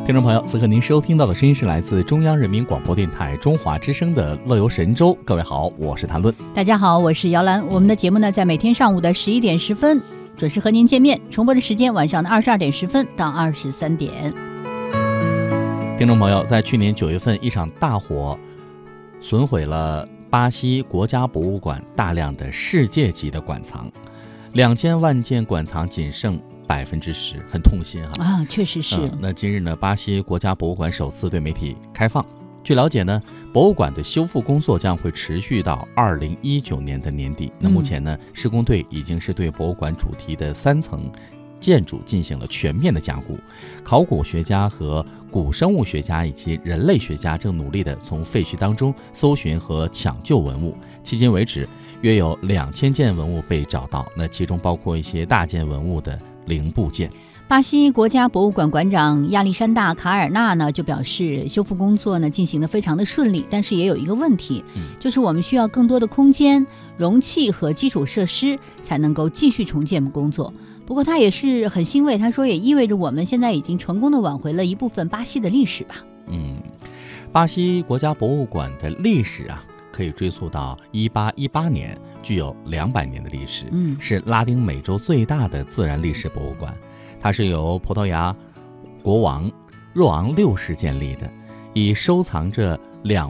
听众朋友，此刻您收听到的声音是来自中央人民广播电台中华之声的乐游神州。各位好，我是谭论。 大家好，我是姚兰。我们的节目呢，在每天上午的11点10分准时和您见面，重播的时间晚上的22点10分到23点。 听众朋友，在去年9月份，一场大火损毁了巴西国家博物馆大量的世界级的馆藏，2000万件馆藏仅剩10%，很痛心啊！ 确实是。 那今日呢，巴西国家博物馆首次对媒体开放。据了解呢，博物馆的修复工作将会持续到2019年的年底。那目前呢，施工队已经是对博物馆主题的3层建筑进行了全面的加固。考古学家和古生物学家以及人类学家正努力地从废墟当中搜寻和抢救文物。迄今为止，约有2000件文物被找到，那其中包括一些大件文物的零部件。 巴西国家博物馆馆长亚历山大·卡尔纳呢就表示，修复工作呢进行得非常的顺利，但是也有一个问题，就是我们需要更多的空间、容器和基础设施才能够继续重建工作。不过他也是很欣慰，他说也意味着我们现在已经成功的挽回了一部分巴西的历史吧。 巴西国家博物馆的历史可以追溯到1818年，具有200年的历史，是拉丁美洲最大的自然历史博物馆。它是由葡萄牙国王若昂6世建立的，以收藏着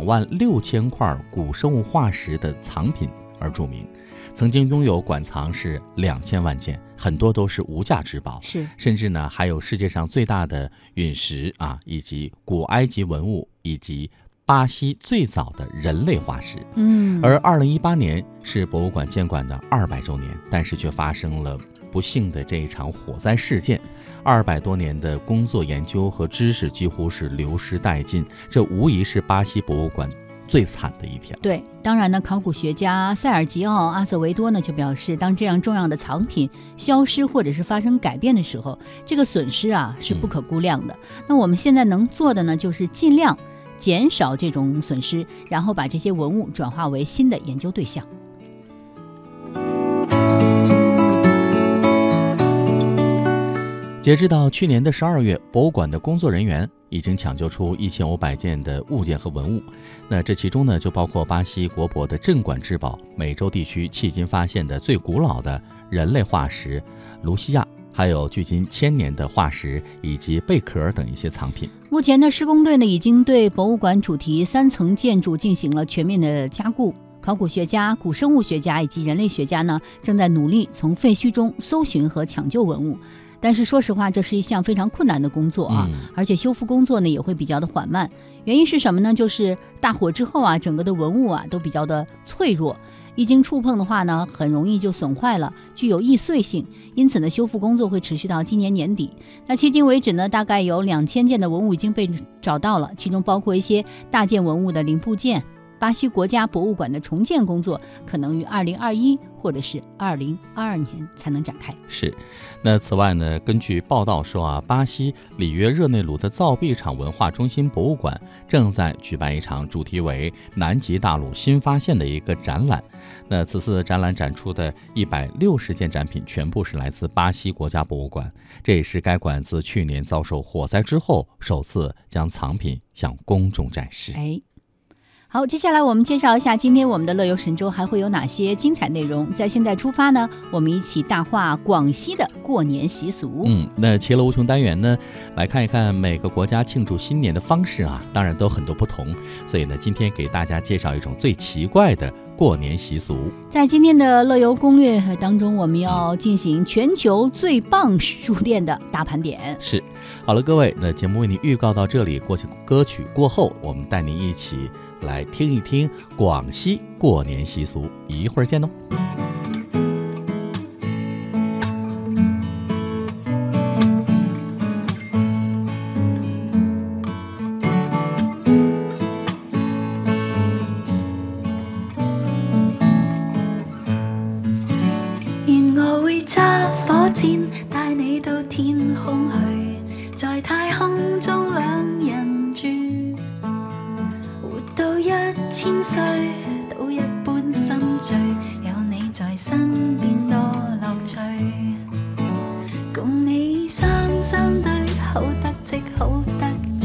26000块古生物化石的藏品而著名。曾经拥有馆藏是2000万件，很多都是无价之宝，甚至呢还有世界上最大的陨石以及古埃及文物，以及巴西最早的人类化石。而2018年是博物馆建馆的200周年，但是却发生了不幸的这一场火灾事件，200多年的工作研究和知识几乎是流失殆尽，这无疑是巴西博物馆最惨的一天。 对，当然呢，考古学家塞尔吉奥·阿泽维多呢就表示，当这样重要的藏品消失或者是发生改变的时候，这个损失是不可估量的。那我们现在能做的呢，就是尽量减少这种损失，然后把这些文物转化为新的研究对象。 截至到去年的12月，博物馆的工作人员已经抢救出1500件的物件和文物。那这其中呢，就包括巴西国博的镇馆之宝，美洲地区迄今发现的最古老的人类化石卢西亚，还有距今1000年的化石以及贝壳等一些藏品。 目前呢，施工队呢已经对博物馆主题3层建筑进行了全面的加固。考古学家、古生物学家以及人类学家呢，正在努力从废墟中搜寻和抢救文物。但是说实话，这是一项非常困难的工作而且修复工作呢也会比较的缓慢。原因是什么呢？就是大火之后整个的文物都比较的脆弱，一经触碰的话呢，很容易就损坏了，具有易碎性。因此呢，修复工作会持续到今年年底。那迄今为止呢，大概有2000件的文物已经被找到了，其中包括一些大件文物的零部件。巴西国家博物馆的重建工作可能于2021或者是2022年才能展开。 是，那此外呢，根据报道说巴西里约热内卢的造币厂文化中心博物馆正在举办一场主题为南极大陆新发现的一个展览。那此次展览展出的160件展品全部是来自巴西国家博物馆，这也是该馆自去年遭受火灾之后首次将藏品向公众展示。 好，接下来我们介绍一下今天我们的乐游神州还会有哪些精彩内容。在现在出发呢，我们一起大话广西的过年习俗。 那其乐无穷单元呢，来看一看每个国家庆祝新年的方式当然都很多不同。所以呢，今天给大家介绍一种最奇怪的过年习俗。 在今天的乐游攻略当中，我们要进行全球最棒书店的大盘点。 是，好了，各位，那节目为您预告到这里，歌曲过后，我们带您一起来听一听广西过年习俗，一会儿见哦。 願我會揸火箭帶你到天空去，在太空中兩人住，活到1000歲都一般心醉，有你在身邊多樂趣，共你雙雙對好得戚好得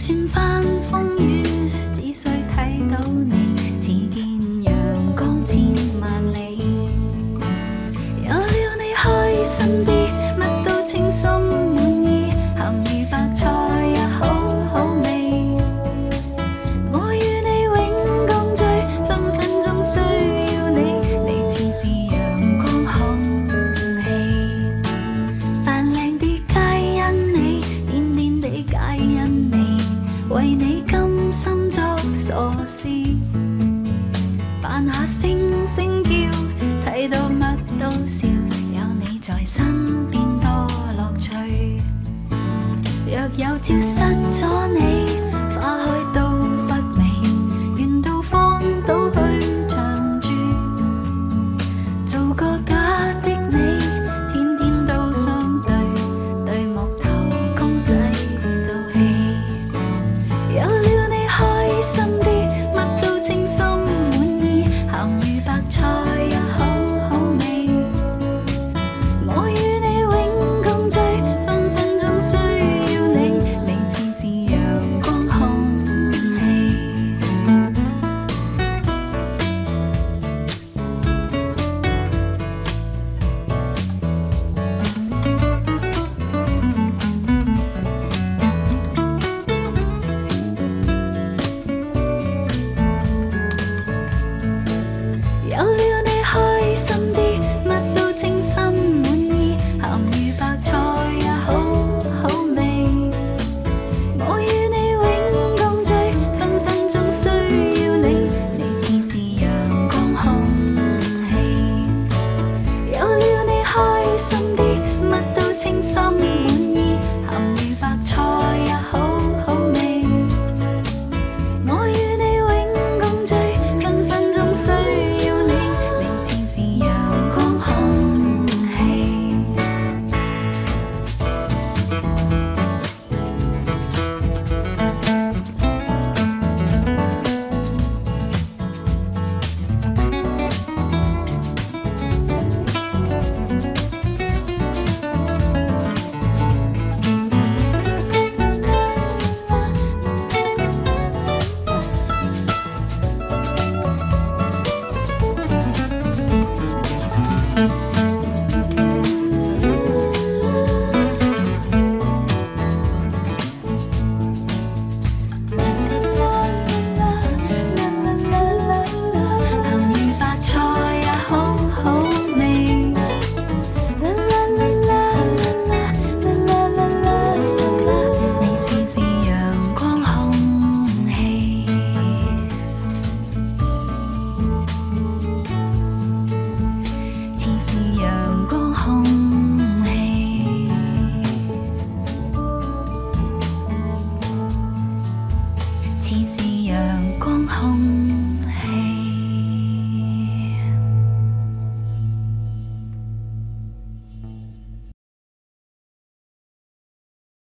算翻風雨，只需睇到你，只見陽光千萬里。有了你開心啲，乜都稱心滿意，鹹魚白菜也好好味。我與你永共聚，分分鐘需要你，你似是陽光空氣。扮靚啲皆因你，癲癲地皆因你，為你甘心作傻事，扮下星星叫，睇到乜都笑，有你在身邊多樂趣。若有朝失咗你，花開都不美，願到荒島去長住，做個假的你，天天都相對，對木頭公仔做戲。有了你開心啲，乜都稱心滿意，鹹魚白菜也好好味。我與你永共聚，分分鐘需要你，你似是陽光空氣。有了你開心啲，乜都稱心滿意，鹹魚白菜也好好味。我與你永共聚，分分鐘需要你，你似是陽光空氣。有了你開心啲。